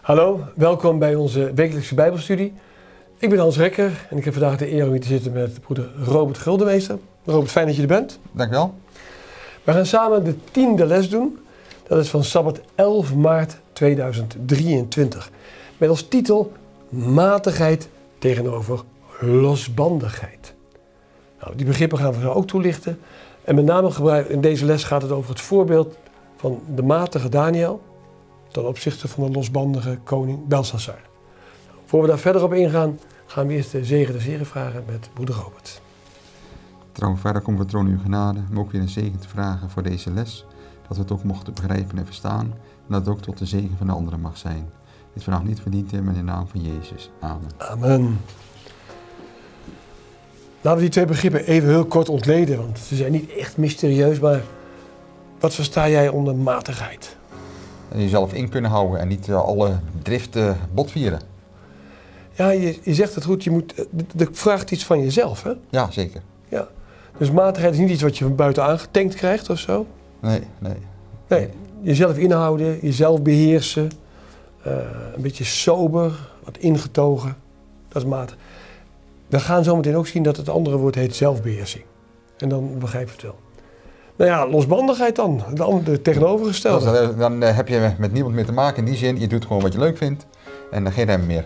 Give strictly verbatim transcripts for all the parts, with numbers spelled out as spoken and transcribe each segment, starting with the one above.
Hallo, welkom bij onze wekelijkse Bijbelstudie. Ik ben Hans Rekker en ik heb vandaag de eer om hier te zitten met broeder Robert Guldenmeester. Robert, fijn dat je er bent. Dank u wel. We gaan samen de tiende les doen. Dat is van Sabbat elf maart tweeduizend drieëntwintig. Met als titel Matigheid tegenover losbandigheid. Nou, die begrippen gaan we zo ook toelichten. En met name gebruik, in deze les gaat het over het voorbeeld van de matige Daniel ten opzichte van de losbandige koning Belshazzar. Nou, voor we daar verder op ingaan, gaan we eerst de zegen des Heren vragen met broeder Robert. Trouw verder komt we troon uw genade, maar ook weer een zegen te vragen voor deze les. Dat we het ook mochten begrijpen en verstaan. En dat het ook tot de zegen van de anderen mag zijn. Dit vandaag niet verdient hebben in de naam van Jezus. Amen. Amen. Laten we die twee begrippen even heel kort ontleden, want ze zijn niet echt mysterieus, maar wat versta jij onder matigheid? En jezelf in kunnen houden en niet uh, alle driften botvieren. Ja, je, je zegt het goed, je moet, dat vraagt iets van jezelf, hè? Ja, zeker. Ja. Dus matigheid is niet iets wat je van buitenaan getankt krijgt of zo. Nee, nee. Nee, jezelf inhouden, jezelf beheersen, uh, een beetje sober, wat ingetogen, dat is matig. We gaan zometeen ook zien dat het andere woord heet zelfbeheersing. En dan begrijp je het wel. Nou ja, losbandigheid dan, de, de tegenovergestelde. Dan, dan uh, heb je met niemand meer te maken in die zin. Je doet gewoon wat je leuk vindt en dan geen rem meer.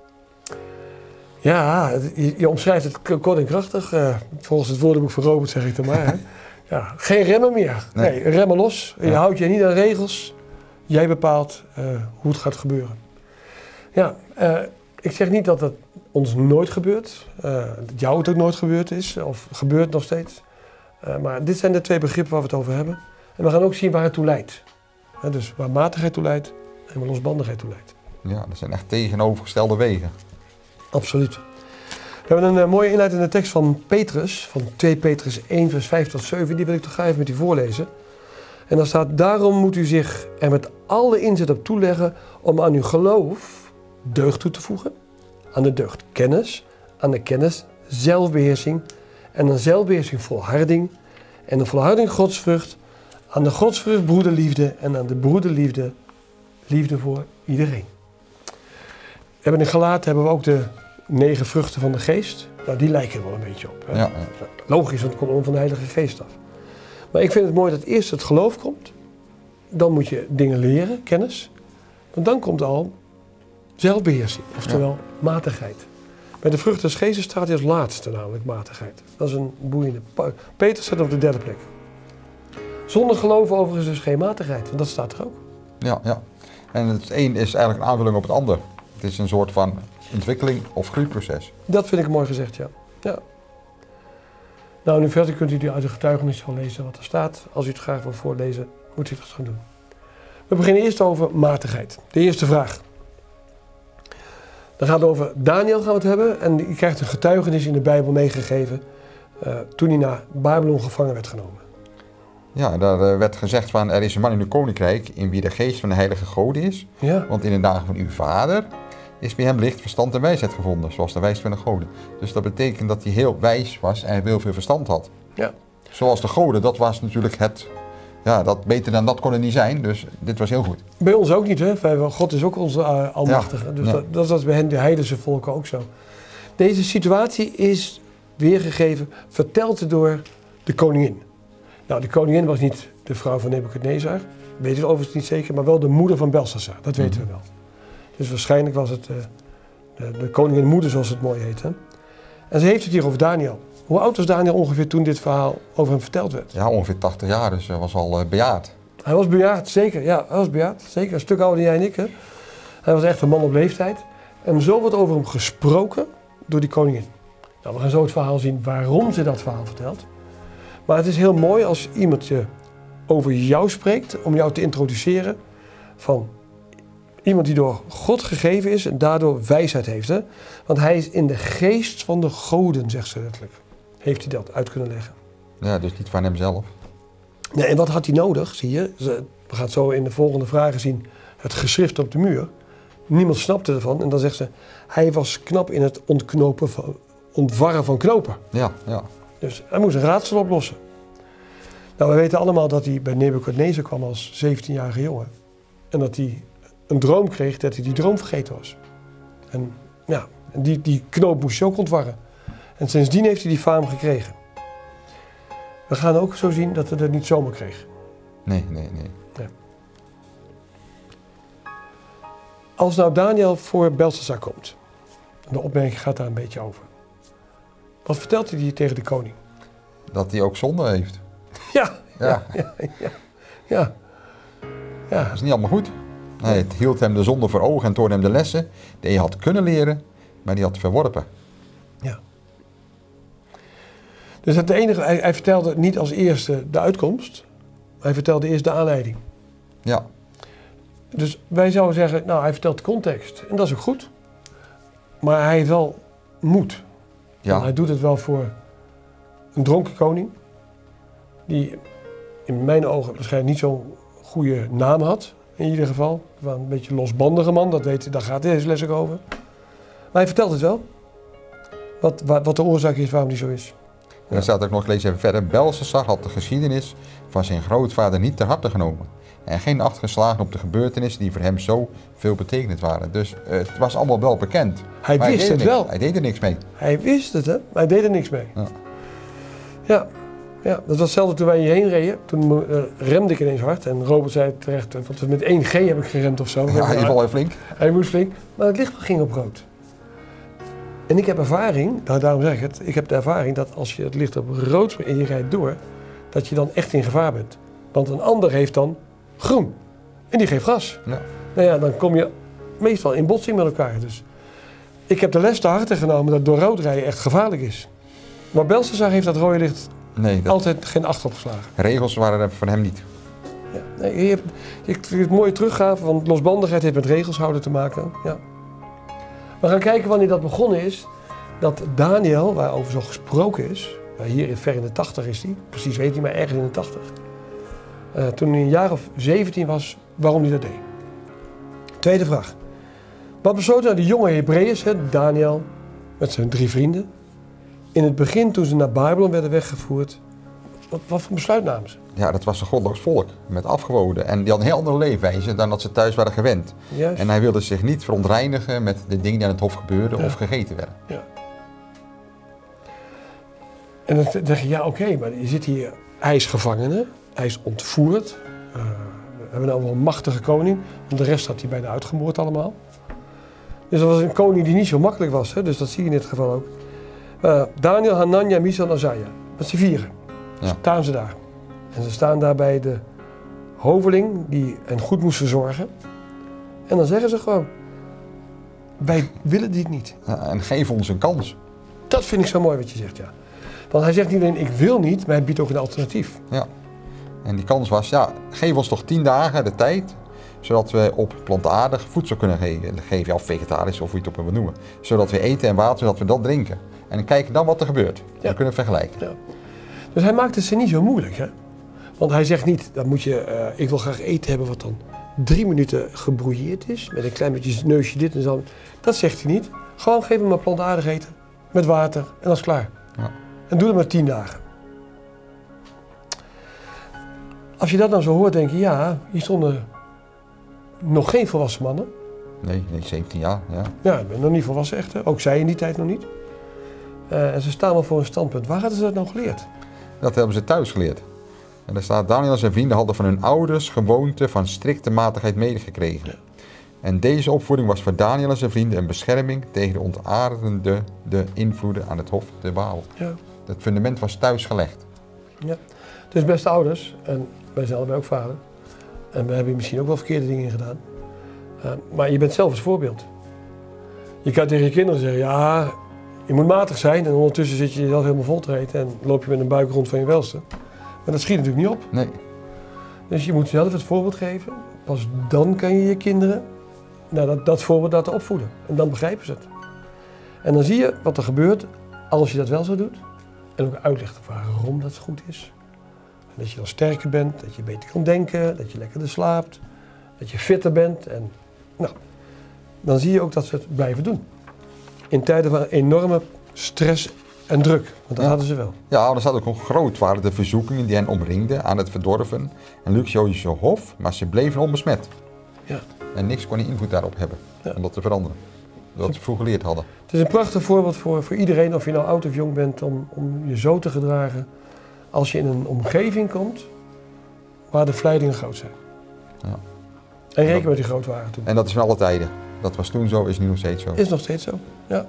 Ja, je, je omschrijft het kort en krachtig. Uh, volgens het woordenboek van Robert zeg ik dan maar. Hè. Ja, geen remmen meer. Nee, nee remmen los. Je ja. houdt je niet aan regels. Jij bepaalt uh, hoe het gaat gebeuren. Ja, uh, ik zeg niet dat het ons nooit gebeurt. Uh, dat jou het ook nooit gebeurd is. Of gebeurt nog steeds. Uh, maar dit zijn de twee begrippen waar we het over hebben. En we gaan ook zien waar het toe leidt. Uh, dus waar matigheid toe leidt en waar losbandigheid toe leidt. Ja, dat zijn echt tegenovergestelde wegen. Absoluut. We hebben een uh, mooie inleidende tekst van Petrus, van twee Petrus één vers vijf tot zeven. Die wil ik toch graag even met u voorlezen. En dan staat, daarom moet u zich er met alle inzet op toeleggen om aan uw geloof deugd toe te voegen. Aan de deugd kennis, aan de kennis zelfbeheersing en aan zelfbeheersing volharding. En de volharding godsvrucht, aan de godsvrucht broederliefde en aan de broederliefde liefde voor iedereen. We hebben in Galaten hebben we ook de negen vruchten van de geest. Nou, die lijken er wel een beetje op. Hè? Ja, ja. Logisch, want het komt om van de Heilige Geest af. Maar ik vind het mooi dat eerst het geloof komt. Dan moet je dingen leren, kennis. Want dan komt al zelfbeheersing, oftewel ja. matigheid. Bij de vruchten des geestes staat hij als laatste, namelijk matigheid. Dat is een boeiende. Peter staat op de derde plek. Zonder geloof overigens dus geen matigheid, want dat staat er ook. Ja, ja. En het een is eigenlijk een aanvulling op het ander. Het is een soort van ontwikkeling of groeiproces. Dat vind ik mooi gezegd, ja. ja. Nou, nu verder kunt u uit de getuigenis wel lezen wat er staat. Als u het graag wil voorlezen, moet u dat gaan doen. We beginnen eerst over matigheid. De eerste vraag. Dan gaat het over Daniel gaan we het hebben. En die krijgt een getuigenis in de Bijbel meegegeven uh, toen hij naar Babylon gevangen werd genomen. Ja, daar werd gezegd van er is een man in uw koninkrijk in wie de geest van de heilige God is. Ja. Want in de dagen van uw vader is bij hem licht, verstand en wijsheid gevonden, zoals de wijsheid van de goden. Dus dat betekent dat hij heel wijs was en heel veel verstand had. Ja. Zoals de goden, dat was natuurlijk het, ja, dat, beter dan dat kon het niet zijn, dus dit was heel goed. Bij ons ook niet, hè? God is ook onze uh, almachtige. Ja. Dus ja. dat, dat was bij hen, de heidense volken ook zo. Deze situatie is weergegeven, verteld door de koningin. Nou, de koningin was niet de vrouw van Nebukadnezar, weet ik overigens niet zeker, maar wel de moeder van Belshazzar, dat weten mm. we wel. Dus waarschijnlijk was het uh, de, de koningin moeder, zoals het mooi heet. Hè? En ze heeft het hier over Daniel. Hoe oud was Daniel ongeveer toen dit verhaal over hem verteld werd? Ja, ongeveer tachtig jaar, dus hij was al uh, bejaard. Hij was bejaard, zeker. Ja, hij was bejaard, zeker. Een stuk ouder dan jij en ik. Hè? Hij was echt een man op leeftijd. En zo wordt over hem gesproken door die koningin. Nou, we gaan zo het verhaal zien waarom ze dat verhaal vertelt. Maar het is heel mooi als iemand je over jou spreekt, om jou te introduceren van iemand die door God gegeven is en daardoor wijsheid heeft. Hè? Want hij is in de geest van de goden, zegt ze letterlijk. Heeft hij dat uit kunnen leggen. Ja, dus niet van hemzelf. Nee, en wat had hij nodig, zie je? We gaan zo in de volgende vragen zien het geschrift op de muur. Niemand snapte ervan en dan zegt ze, hij was knap in het ontknopen van, ontwarren van knopen. Ja, ja. Dus hij moest een raadsel oplossen. Nou, we weten allemaal dat hij bij Nebukadnezar kwam als zeventienjarige jongen. En dat hij een droom kreeg dat hij die droom vergeten was. En ja, die, die knoop moest hij ook ontwarren. En sindsdien heeft hij die faam gekregen. We gaan ook zo zien dat hij dat niet zomaar kreeg. Nee, nee, nee. Ja. Als nou Daniel voor Belshazzar komt, en de opmerking gaat daar een beetje over. Wat vertelt hij die tegen de koning? Dat hij ook zonde heeft. Ja, Ja. ja, ja, ja, ja. ja. Dat is niet allemaal goed. Nee, het hield hem de zonde voor ogen en toonde hem de lessen die hij had kunnen leren, maar die had verworpen. Ja. Dus het enige, hij, hij vertelde niet als eerste de uitkomst, hij vertelde eerst de aanleiding. Ja. Dus wij zouden zeggen, nou hij vertelt de context en dat is ook goed. Maar hij heeft wel moed. Ja. Want hij doet het wel voor een dronken koning, die in mijn ogen waarschijnlijk niet zo'n goede naam had, in ieder geval. Wel een beetje een losbandige man, dat weet, daar gaat deze les ook over. Maar hij vertelt het wel, wat, wat, wat de oorzaak is waarom die zo is. En dan staat ook nog, lees even verder, Belshazzar had de geschiedenis van zijn grootvader niet ter harte genomen. En geen acht geslagen op de gebeurtenissen die voor hem zo veel betekenend waren. Dus uh, het was allemaal wel bekend. Hij Maar wist hij het deed er wel. niks- Hij deed er niks mee. Hij wist het, hè? Maar hij deed er niks mee. Ja. Ja, ja, dat was hetzelfde toen wij hierheen reden. Toen uh, remde ik ineens hard. En Robert zei terecht, want we met één G heb ik geremd of zo. Ja, in ieder geval heel flink. Hij moest flink. Maar het licht ging op rood. En ik heb ervaring, nou, daarom zeg ik het. Ik heb de ervaring dat als je het licht op rood springt en je rijdt door, dat je dan echt in gevaar bent. Want een ander heeft dan groen. En die geeft gas. Ja. Nou ja, dan kom je meestal in botsing met elkaar. Dus ik heb de les te harte genomen dat door rood rijden echt gevaarlijk is. Maar Belshazzar heeft dat rode licht Nee, dat, altijd geen acht opgeslagen. regels waren er van hem niet. Ja, nee, je hebt, je hebt het mooie teruggaven, want losbandigheid heeft met regels houden te maken. Ja. We gaan kijken wanneer dat begonnen is. Dat Daniel, waarover zo gesproken is, hier in ver in de tachtig is hij, precies weet hij maar ergens in de tachtig. Uh, toen hij een jaar of zeventien was, waarom hij dat deed. Tweede vraag. Wat besloot nou die jonge Hebreeërs, Daniel met zijn drie vrienden, in het begin toen ze naar Babylon werden weggevoerd, wat, wat voor besluit namen ze? Ja, dat was een godloos volk met afgewoden. En die hadden een heel andere leefwijze dan dat ze thuis waren gewend. Juist. En hij wilde zich niet verontreinigen met de dingen die aan het hof gebeurden Ja. of gegeten werden. Ja. En dan zeg je, ja oké, okay, maar je zit hier, hij is gevangene, hij is ontvoerd. Uh, we hebben nou wel een machtige koning, want de rest had hij bijna uitgemoord allemaal. Dus dat was een koning die niet zo makkelijk was, hè? Dus dat zie je in dit geval ook. Uh, Daniel, Hanania, Mishael en Azaria, met z'n vieren, Ja. staan ze daar. En ze staan daar bij de hoveling die hen goed moest verzorgen. En dan zeggen ze gewoon, wij willen dit niet. Ja, en geef ons een kans. Dat vind ik zo mooi wat je zegt, ja. Want hij zegt niet alleen ik wil niet, maar hij biedt ook een alternatief. Ja. En die kans was, ja, geef ons toch tien dagen de tijd, zodat we op plantaardig voedsel kunnen geven. Geef je of vegetarisch of hoe je het op wil noemen. Zodat we eten en water, zodat we dat drinken. En kijken dan wat er gebeurt. En Ja. we kunnen vergelijken. Ja. Dus hij maakt het ze niet zo moeilijk, hè. Want hij zegt niet, dan moet je, uh, ik wil graag eten hebben wat dan drie minuten gebrouilleerd is. Met een klein beetje neusje dit en zo. Dat zegt hij niet. Gewoon geef hem maar plantaardig eten. Met water en dat is klaar. Ja. En doe het maar tien dagen. Als je dat dan zo hoort, denk je, ja, hier stonden nog geen volwassen mannen. Nee, nee, zeventien jaar. Ja. Ja, ik ben nog niet volwassen echt, hè. Ook zij in die tijd nog niet. Uh, en ze staan wel voor een standpunt. Waar hadden ze dat nou geleerd? Dat hebben ze thuis geleerd. En daar staat, Daniel en zijn vrienden hadden van hun ouders gewoonte van strikte matigheid medegekregen. Ja. En deze opvoeding was voor Daniel en zijn vrienden een bescherming tegen de ontaardende de invloeden aan het hof te Baal. Ja. Het fundament was thuis gelegd. Ja. Dus beste ouders, en wij zijn allebei ook vader, en we hebben misschien ook wel verkeerde dingen gedaan, uh, maar je bent zelf het voorbeeld. Je kan tegen je kinderen zeggen, ja, je moet matig zijn en ondertussen zit je jezelf helemaal vol te eten en loop je met een buik rond van je welste. Maar dat schiet natuurlijk niet op. Nee. Dus je moet zelf het voorbeeld geven, pas dan kan je je kinderen nou, dat, dat voorbeeld laten opvoeden. En dan begrijpen ze het. En dan zie je wat er gebeurt als je dat wel zo doet. En ook uitlegt waarom dat goed is. En dat je dan sterker bent, dat je beter kan denken, dat je lekkerder slaapt, dat je fitter bent. En nou, dan zie je ook dat ze het blijven doen. In tijden van enorme stress en druk, want dat Ja. hadden ze wel. Ja, maar er staat ook nog groot waren de verzoekingen die hen omringden aan het verdorven en luxueuze hof, maar ze bleven onbesmet. Ja. En niks kon die invloed daarop hebben, Ja. om dat te veranderen. Wat ze vroeger geleerd hadden. Het is een prachtig voorbeeld voor, voor iedereen, of je nou oud of jong bent, om, om je zo te gedragen als je in een omgeving komt waar de verleidingen groot zijn. Ja. En reken met die groot waren toen. En dat is van alle tijden. Dat was toen zo, is nu nog steeds zo. Is nog steeds zo, ja.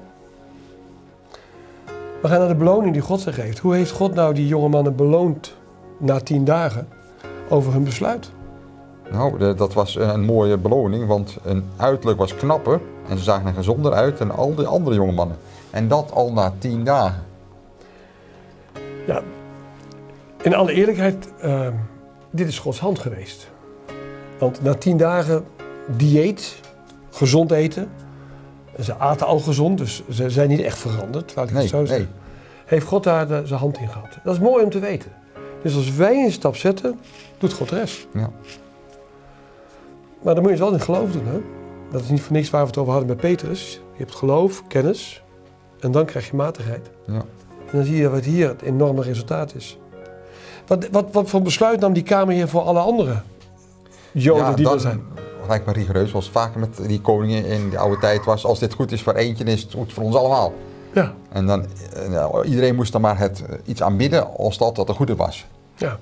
We gaan naar de beloning die God ze geeft. Hoe heeft God nou die jonge mannen beloond na tien dagen over hun besluit? Nou, de, dat was een mooie beloning, want hun uiterlijk was knapper en ze zagen er gezonder uit dan al die andere jonge mannen. En dat al na tien dagen. Ja, in alle eerlijkheid, uh, dit is Gods hand geweest. Want na tien dagen dieet, gezond eten, ze aten al gezond, dus ze zijn niet echt veranderd, laat ik Nee, het zo zeggen. nee. Heeft God daar de, zijn hand in gehad. Dat is mooi om te weten. Dus als wij een stap zetten, doet God de rest. Ja. Maar dan moet je het wel in geloof doen. Hè? Dat is niet voor niks waar we het over hadden met Petrus. Je hebt geloof, kennis en dan krijg je matigheid. Ja. En dan zie je wat hier het enorme resultaat is. Wat, wat, wat voor besluit nam die kamerheer voor alle andere Joden Ja, die dan er zijn? lijkt me rigoureus, zoals het vaker met die koningen in de oude tijd was. Als dit goed is voor eentje, dan is het goed voor ons allemaal. Ja, En dan, eh, nou, iedereen moest dan maar het, eh, iets aanbidden als dat wat een goede was. ja.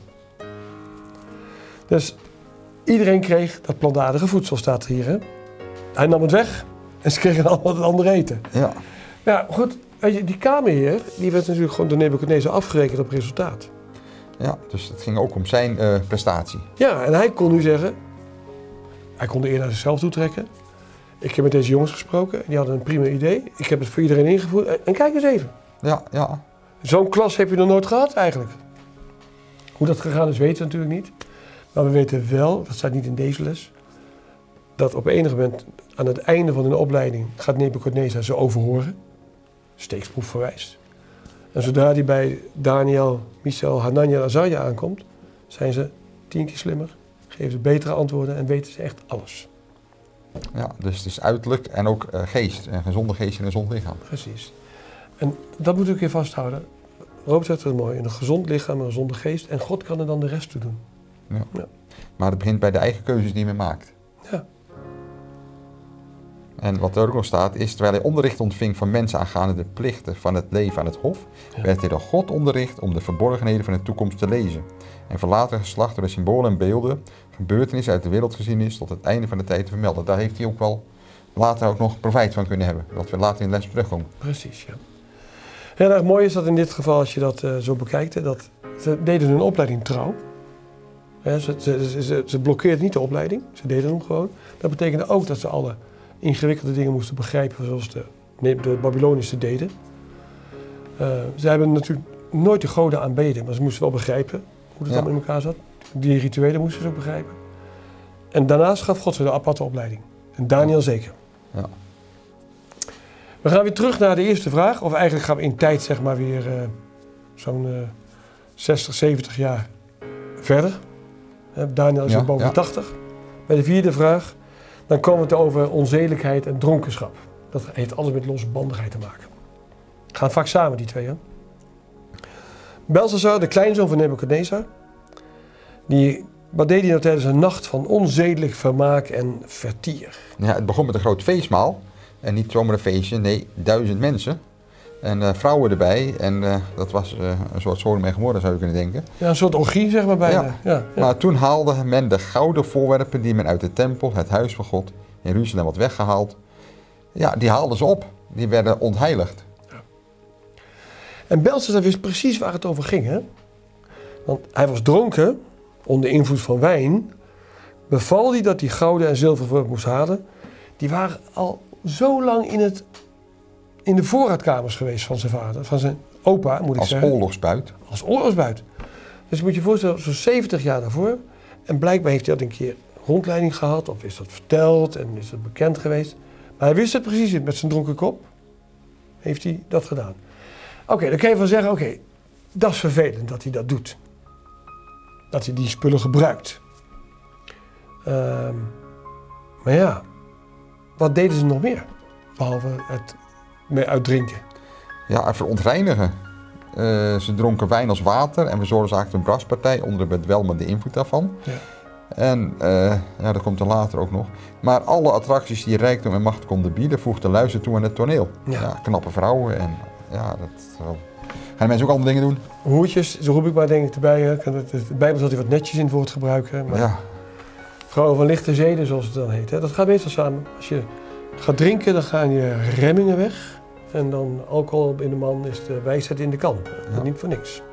Dus iedereen kreeg dat plantaardige voedsel, staat er hier. Hè? Hij nam het weg en ze kregen allemaal het andere eten. Ja. Ja, goed. Weet je, die kamerheer die werd natuurlijk gewoon door Nebuchadnezzar afgerekend op resultaat. Ja, dus het ging ook om zijn uh, prestatie. Ja, en hij kon nu zeggen, hij kon de eer naar zichzelf toetrekken. Ik heb met deze jongens gesproken en die hadden een prima idee. Ik heb het voor iedereen ingevoerd. En, en kijk eens even. Ja, ja. Zo'n klas heb je nog nooit gehad eigenlijk. Hoe dat gegaan is weten we natuurlijk niet. Maar we weten wel, dat staat niet in deze les, dat op enig moment aan het einde van hun opleiding gaat Nebuchadnezzar ze overhoren. Steeksproef verwijst. En zodra die bij Daniel, Misael, Hanania en Azaria aankomt, zijn ze tien keer slimmer, geven ze betere antwoorden en weten ze echt alles. Ja, dus het is uiterlijk en ook uh, geest. Een gezonde geest en een gezond lichaam. Precies. En dat moet ik weer vasthouden. Robert zegt het mooi, een gezond lichaam, een gezonde geest en God kan er dan de rest toe doen. Ja. Ja. Maar het begint bij de eigen keuzes die men maakt. Ja. En wat er ook nog staat is, terwijl hij onderricht ontving van mensen aangaande de plichten van het leven aan het hof, Ja. werd hij door God onderricht om de verborgenheden van de toekomst te lezen. En voor later geslacht door de symbolen en beelden, gebeurtenissen uit de wereldgeschiedenis tot het einde van de tijd te vermelden. Daar heeft hij ook wel later ook nog profijt van kunnen hebben. Dat we later in de les terugkomen. Precies, ja. Heel erg mooi is dat in dit geval, als je dat uh, zo bekijkt, hè, dat ze deden hun opleiding trouw. Hè, ze, ze, ze, ze blokkeerden niet de opleiding, ze deden hem gewoon. Dat betekende ook dat ze alle ingewikkelde dingen moesten begrijpen zoals de, de Babylonische deden. Uh, ze hebben natuurlijk nooit de goden aanbeden, maar ze moesten wel begrijpen hoe het Ja. allemaal in elkaar zat. Die rituelen moesten ze ook begrijpen. En daarnaast gaf God ze de aparte opleiding. En Daniel zeker. Ja. We gaan weer terug naar de eerste vraag. Of eigenlijk gaan we in tijd zeg maar weer uh, zo'n uh, zestig, zeventig jaar verder. Uh, Daniel is Ja, al boven ja. tachtig. Bij de vierde vraag, dan komen we het over onzedelijkheid en dronkenschap. Dat heeft alles met losbandigheid te maken. Gaan vaak samen die twee. Hè? Belshazzar, de kleinzoon van Nebuchadnezzar, die, wat deed hij nou tijdens een nacht van onzedelijk vermaak en vertier? Ja, het begon met een groot feestmaal. En niet zomaar een feestje, nee, duizend mensen. En uh, vrouwen erbij. En uh, dat was uh, een soort Sodom en Gomorra zou je kunnen denken. Ja, een soort orgie zeg maar bijna. Ja. Ja, ja. Maar toen haalde men de gouden voorwerpen die men uit de tempel, het huis van God, in Jeruzalem had weggehaald. Ja, die haalden ze op. Die werden ontheiligd. En Belshazzar wist precies waar het over ging. Hè? Want hij was dronken, onder invloed van wijn. Beval hij dat die gouden en zilveren moest halen. Die waren al zo lang in, het, in de voorraadkamers geweest van zijn vader, van zijn opa moet ik Als zeggen. oorlogsbuit. Als oorlogsbuit. Dus je moet je voorstellen, zo'n zeventig jaar daarvoor. En blijkbaar heeft hij dat een keer rondleiding gehad, of is dat verteld en is dat bekend geweest. Maar hij wist het precies, met zijn dronken kop heeft hij dat gedaan. Oké, okay, dan kan je van zeggen, oké, okay, dat is vervelend dat hij dat doet. Dat hij die spullen gebruikt. Um, maar ja, wat deden ze nog meer? Behalve het mee uitdrinken. Ja, en verontreinigen. Uh, ze dronken wijn als water en veroorzaakten een braspartij onder de bedwelmende invloed daarvan. Ja. En uh, ja, dat komt er later ook nog. Maar alle attracties die rijkdom en macht konden bieden, voegde luister toe aan het toneel. Ja. Ja, knappe vrouwen en ja, dat uh, gaan mensen ook andere dingen doen. Hoertjes, zo roep ik maar denk ik erbij. De Bijbel zal hij wat netjes in het woord gebruiken. Maar ja. Vrouwen van lichte zeden, zoals het dan heet. Hè. Dat gaat meestal samen. Als je gaat drinken, dan gaan je remmingen weg. En dan alcohol in de man is de wijsheid in de kan. Ja. Dat niet voor niks.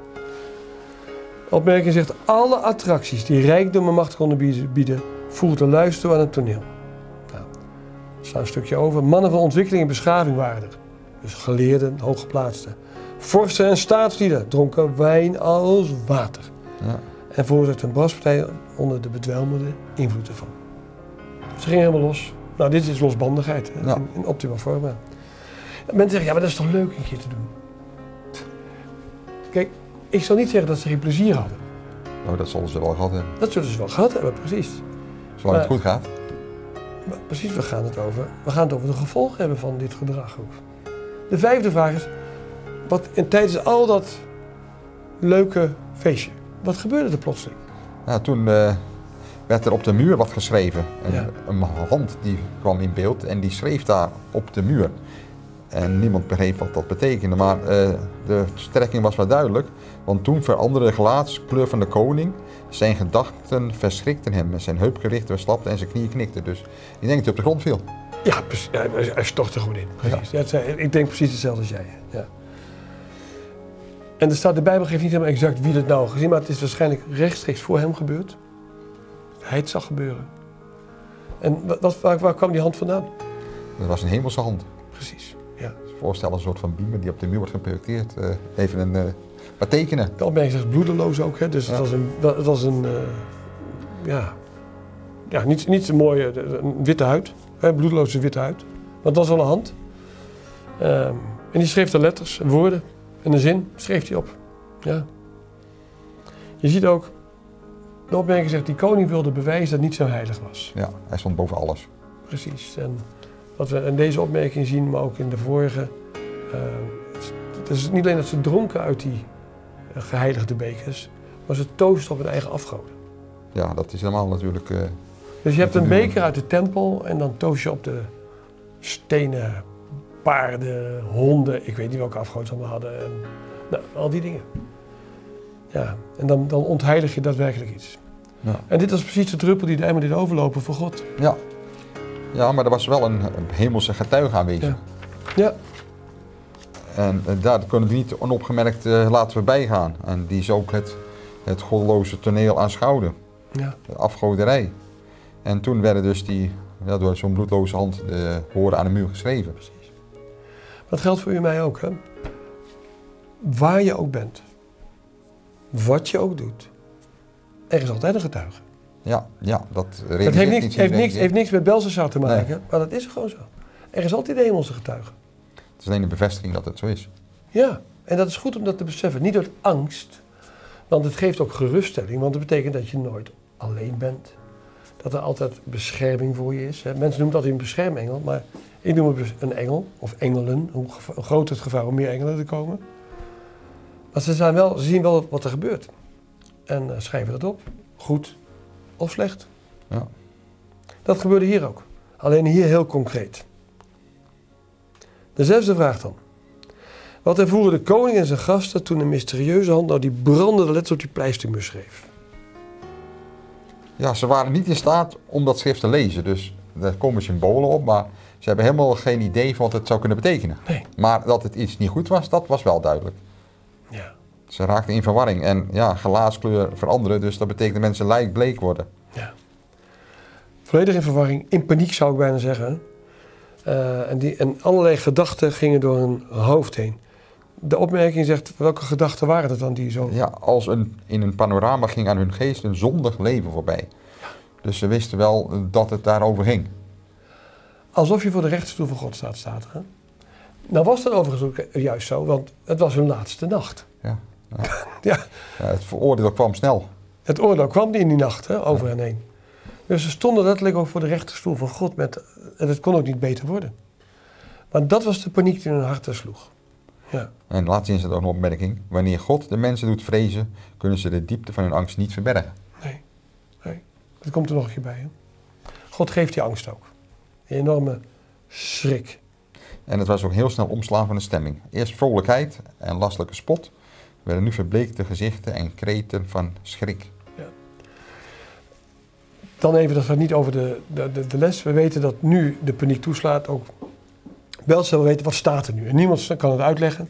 De opmerking zegt, alle attracties die rijkdom en macht konden bieden, voegden luister aan het toneel. Nou, er staat een stukje over. Mannen van ontwikkeling en beschaving waren er. Dus geleerden, hooggeplaatsten. Vorsten en staatslieden dronken wijn als water. Ja. En voerden een braspartij onder de bedwelmende invloed ervan. Ze gingen helemaal los. Nou, dit is losbandigheid ja. in, in optimaal vorm. Mensen zeggen, ja, maar dat is toch leuk een keer te doen. Kijk, ik zal niet zeggen dat ze geen plezier hadden. Nou, dat zullen ze wel gehad hebben. Dat zullen ze wel gehad hebben, precies. Zolang maar, het goed gaat. Maar precies, we gaan het over. We gaan het over de gevolgen hebben van dit gedrag ook. De vijfde vraag is, wat in tijdens al dat leuke feestje, wat gebeurde er plotseling? Ja, toen uh, werd er op de muur wat geschreven. Een, ja. een hand die kwam in beeld en die schreef daar op de muur. En niemand begreep wat dat betekende, maar uh, de strekking was wel duidelijk. Want toen veranderde de gelaatskleur van de koning. Zijn gedachten verschrikten hem en zijn heupgewrichten verslapten en zijn knieën knikten. Dus ik denk dat hij op de grond viel. Ja, precies. Ja, hij stortte gewoon in. Precies. Ja. Ja, ik denk precies hetzelfde als jij. Ja. En er staat, de Bijbel geeft niet helemaal exact wie dat nou gezien, maar het is waarschijnlijk rechtstreeks voor hem gebeurd. Hij het zag gebeuren. En wat, waar, waar kwam die hand vandaan? Dat was een hemelse hand. Precies, ja. Voorstel een soort van beamer die op de muur wordt geprojecteerd. Uh, even een, uh, wat tekenen. De opmerking zegt bloedeloos ook, hè? Dus ja. het was een, het was een uh, ja, ja, niet, niet een mooie een witte huid, hè? Bloedeloze witte huid. Maar het was wel een hand. Um, en die schreef de letters, woorden en een zin, schreef hij op. Ja. Je ziet ook, de opmerking zegt, die koning wilde bewijzen dat niet zo heilig was. Ja, hij stond boven alles. Precies. En wat we in deze opmerking zien, maar ook in de vorige. Uh, het is niet alleen dat ze dronken uit die uh, geheiligde bekers, maar ze toosten op hun eigen afgoden. Ja, dat is helemaal natuurlijk... Uh, dus je hebt een beker uit de tempel en dan toost je op de stenen paarden, honden, ik weet niet welke afgoden ze allemaal hadden. En, nou, al die dingen. Ja, en dan, dan ontheilig je daadwerkelijk iets. Ja. En dit was precies de druppel die de emmer deed overlopen voor God. Ja. Ja, maar er was wel een, een hemelse getuige aanwezig. Ja. Ja. En uh, daar kunnen we niet onopgemerkt uh, laten voorbij gaan. En die is ook het, het goddeloze toneel aanschouwde. Ja. De afgoderij. En toen werden dus die, ja, door zo'n bloedloze hand de woorden aan de muur geschreven. Precies. Dat geldt voor u en mij ook, hè. Waar je ook bent. Wat je ook doet. Er is altijd een getuige. Ja, ja, dat Het heeft niks, heeft, niks, heeft niks met Belzensar te maken, nee. Maar dat is gewoon zo. Er is altijd een hemelse getuige. Het is alleen een bevestiging dat het zo is. Ja, en dat is goed om dat te beseffen. Niet door angst, want het geeft ook geruststelling. Want het betekent dat je nooit alleen bent. Dat er altijd bescherming voor je is. Hè. Mensen noemen het altijd een beschermengel, maar ik noem het een engel, of engelen. Hoe groter het gevaar, hoe meer engelen er komen. Maar ze, zijn wel, ze zien wel wat er gebeurt. En uh, schrijven dat op. Goed of slecht. Ja. Dat gebeurde hier ook. Alleen hier heel concreet. De zesde vraag dan. Wat ervoeren de koning en zijn gasten toen een mysterieuze hand nou die brandende letters op die pleistermuur schreef? Ja, ze waren niet in staat om dat schrift te lezen. Dus er komen symbolen op, maar ze hebben helemaal geen idee van wat het zou kunnen betekenen. Nee. Maar dat het iets niet goed was, dat was wel duidelijk. Ja. Ze raakten in verwarring en ja, gelaatskleur veranderen, dus dat betekent dat mensen lijkbleek worden. Ja. Volledig in verwarring, in paniek zou ik bijna zeggen. Uh, en, die, en allerlei gedachten gingen door hun hoofd heen. De opmerking zegt, welke gedachten waren het dan die zo... Ja, als een, in een panorama ging aan hun geest een zondig leven voorbij. Ja. Dus ze wisten wel dat het daarover ging. Alsof je voor de rechterstoel van God staat, staat er. Nou was dat overigens ook juist zo, want het was hun laatste nacht. Ja, ja. ja. ja het oordeel kwam snel. Het oordeel kwam in die nacht, hè, over ja. hen heen. Dus ze stonden letterlijk ook voor de rechterstoel van God. Met, en het kon ook niet beter worden. Maar dat was de paniek die in hun harten sloeg. Ja. En laatst is het ook een opmerking. Wanneer God de mensen doet vrezen, kunnen ze de diepte van hun angst niet verbergen. Nee. nee. Dat komt er nog een keer bij. Hè? God geeft die angst ook. Een enorme schrik. En het was ook heel snel omslaan van de stemming. Eerst vrolijkheid en lastelijke spot. Werden nu verbleekte gezichten en kreten van schrik. Ja. Dan even, dat gaat niet over de, de, de, de les. We weten dat nu de paniek toeslaat. Ook Belshazzar wil weten, wat staat er nu? En niemand kan het uitleggen.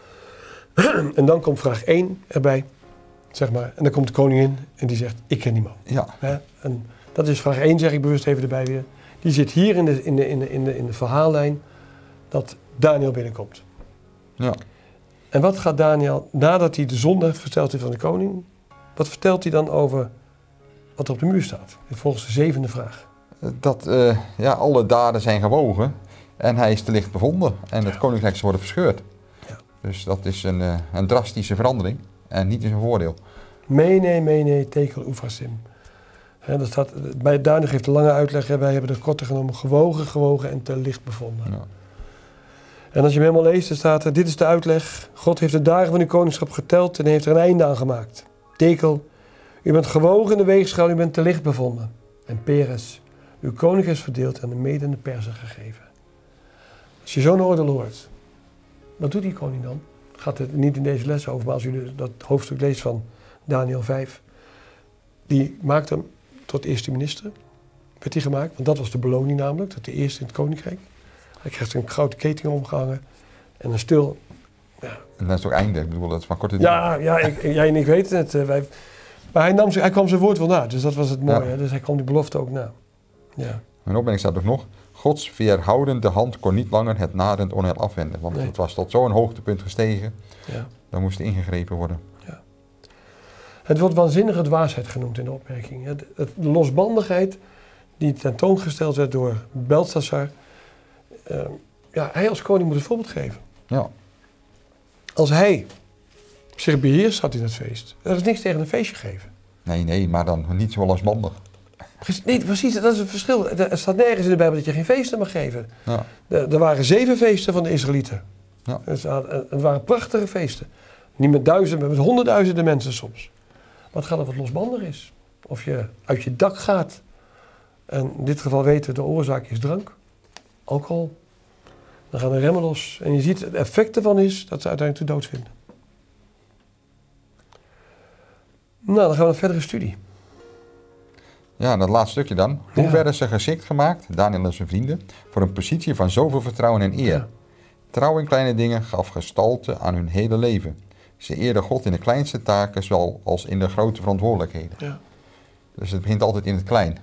En dan komt vraag één erbij. Zeg maar. En dan komt de koningin en die zegt, ik ken die man. Ja. Hè? En dat is vraag één, zeg ik bewust even erbij weer. Die zit hier in de, in de, in de, in de, in de verhaallijn dat Daniel binnenkomt. Ja. En wat gaat Daniel, nadat hij de zonde heeft gesteld heeft van de koning, wat vertelt hij dan over wat er op de muur staat? Volgens de zevende vraag. Dat uh, ja, alle daden zijn gewogen en hij is te licht bevonden en het Ja. koninkrijk is worden verscheurd. Ja. Dus dat is een, uh, een drastische verandering en niet in zijn voordeel. Mene, mene, tekel, oefasim. He, dat staat, bij Daniel geeft een lange uitleg, hè, wij hebben de korte genomen, gewogen, gewogen en te licht bevonden. Ja. En als je hem helemaal leest, dan staat er, dit is de uitleg. God heeft de dagen van uw koningschap geteld en heeft er een einde aan gemaakt. Tekel, u bent gewogen in de weegschaal, u bent te licht bevonden. En Peres, uw koninkrijk is verdeeld en de Mede en de Persen gegeven. Als je zo'n oordeel hoort, wat doet die koning dan? Gaat het niet in deze les over, maar als u dat hoofdstuk leest van Daniel vijf, die maakt hem tot eerste minister, werd hij gemaakt, want dat was de beloning namelijk, dat de eerste in het koninkrijk. Hij krijgt een gouden ketting omgehangen en een stil. Ja, En dat is ook einde, ik bedoel, dat is maar korte ja, ja ik, jij en ik weten het. Uh, wij, maar hij, nam, hij kwam zijn woord wel na, dus dat was het mooie. Ja. Hè? Dus hij kwam die belofte ook na. Ja. Mijn opmerking staat ook nog, Gods weerhoudende hand kon niet langer het naderend onheil afwenden, want Nee. het was tot zo'n hoogtepunt gestegen, Ja. dan moest ingegrepen worden. Ja. Het wordt waanzinnige dwaasheid genoemd in de opmerking. Hè? De, het- de losbandigheid die tentoongesteld werd door Belshazzar. Uh, ja, hij als koning moet het voorbeeld geven. Ja, Als hij zich beheerst, had hij dat feest. Er is niks tegen een feestje geven. nee, nee, maar dan niet zo losbandig. Precies- Nee, precies, dat is het verschil. Er er staat nergens in de Bijbel dat je geen feesten mag geven. Ja, Er, er waren zeven feesten van de Israëlieten. Ja. Het, waren- het waren prachtige feesten. Niet met duizenden, maar met honderdduizenden mensen soms. Maar het gaat over wat losbandig is. Of je uit je dak gaat. En in dit geval weten we, de oorzaak is drank. Alcohol. Dan gaan de remmen los. En je ziet, het effect ervan is dat ze uiteindelijk de dood vinden. Nou, dan gaan we naar verdere studie. ja, dat laatste stukje dan. Hoe Ja. werden ze geschikt gemaakt, Daniel en zijn vrienden, voor een positie van zoveel vertrouwen en eer? Ja. Trouw in kleine dingen gaf gestalte aan hun hele leven. Ze eerden God in de kleinste taken, zowel als in de grote verantwoordelijkheden. Ja. Dus het begint altijd in het klein.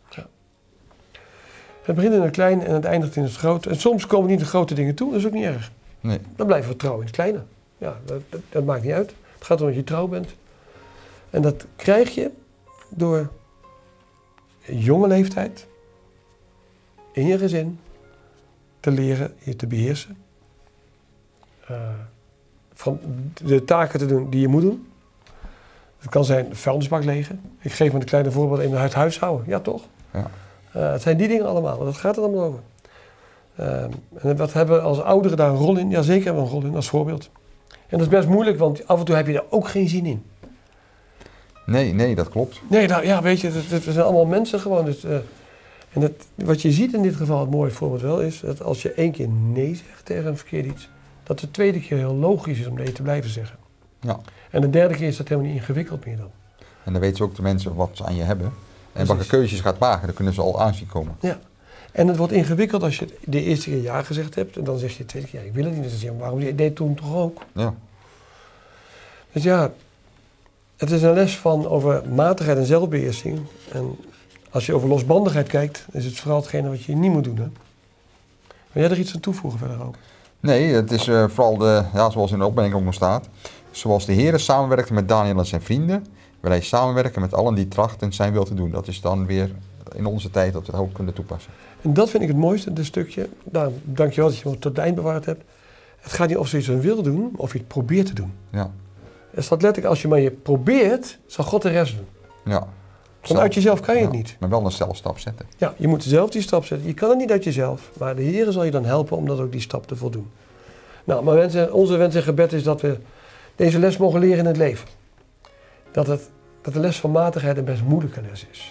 Het begint in het klein en het eindigt in het grote. En soms komen we niet de grote dingen toe, dat is ook niet erg. Nee. Dan blijven we trouw in het kleine. Ja, dat, dat, dat maakt niet uit. Het gaat om dat je trouw bent. En dat krijg je door een jonge leeftijd in je gezin te leren je te beheersen. Uh, van de taken te doen die je moet doen. Het kan zijn de vuilnisbak legen. Ik geef me een kleine voorbeeld in het huishouden. Ja, toch? Ja. Uh, het zijn die dingen allemaal, want dat gaat er allemaal over. Uh, en wat hebben we als ouderen daar een rol in? Ja, zeker hebben we een rol in, als voorbeeld. En dat is best moeilijk, want af en toe heb je daar ook geen zin in. Nee, nee, dat klopt. Nee, nou ja, weet je, het, het zijn allemaal mensen gewoon. Dus, uh, en het, wat je ziet in dit geval, het mooie voorbeeld wel, is dat als je één keer nee zegt tegen een verkeerd iets, dat de tweede keer heel logisch is om nee te blijven zeggen. Ja. En de derde keer is dat helemaal niet ingewikkeld meer dan. En dan weten ze ook de mensen wat ze aan je hebben. En Precies. welke keuzes je gaat maken, dan kunnen ze al aanzien komen. Ja. En het wordt ingewikkeld als je de eerste keer ja gezegd hebt en dan zeg je de tweede keer ja, ik wil het niet. Dus dan zeg je, waarom? Je deed toen toch ook? Ja. Dus ja, het is een les van over matigheid en zelfbeheersing. En als je over losbandigheid kijkt, is het vooral hetgene wat je niet moet doen. Hè? Wil jij er iets aan toevoegen verder ook? Nee, het is uh, vooral de, ja, zoals in de opmerking ook nog staat. Zoals de Heer samenwerkte met Daniel en zijn vrienden, wil hij samenwerken met allen die trachten zijn wil te doen. Dat is dan weer in onze tijd dat we dat ook kunnen toepassen. En dat vind ik het mooiste, dit stukje. Daarom dank je wel dat je me tot het eind bewaard hebt. Het gaat niet of je iets aan wil doen, of je het probeert te doen. Ja. Er staat letterlijk, als je maar je probeert, zal God de rest doen. Ja. Vanuit jezelf kan je het Ja, niet. Maar wel een zelfstap zetten. Ja, je moet zelf die stap zetten. Je kan het niet uit jezelf, maar de Heer zal je dan helpen om dat ook die stap te voldoen. Nou, maar mensen, onze wens en gebed is dat we deze les mogen leren in het leven. Dat, het, dat de les van matigheid een best moeilijke les is.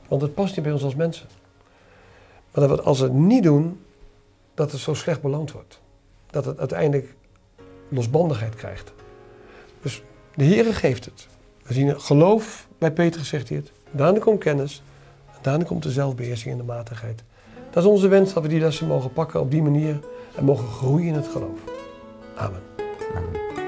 Want het past niet bij ons als mensen. Maar dat we als we het niet doen, dat het zo slecht beloond wordt. Dat het uiteindelijk losbandigheid krijgt. Dus de Heere geeft het. We zien geloof bij Petrus, zegt hij het. Daarna komt kennis. En daarna komt de zelfbeheersing en de matigheid. Dat is onze wens, dat we die lessen mogen pakken op die manier. En mogen groeien in het geloof. Amen. Amen.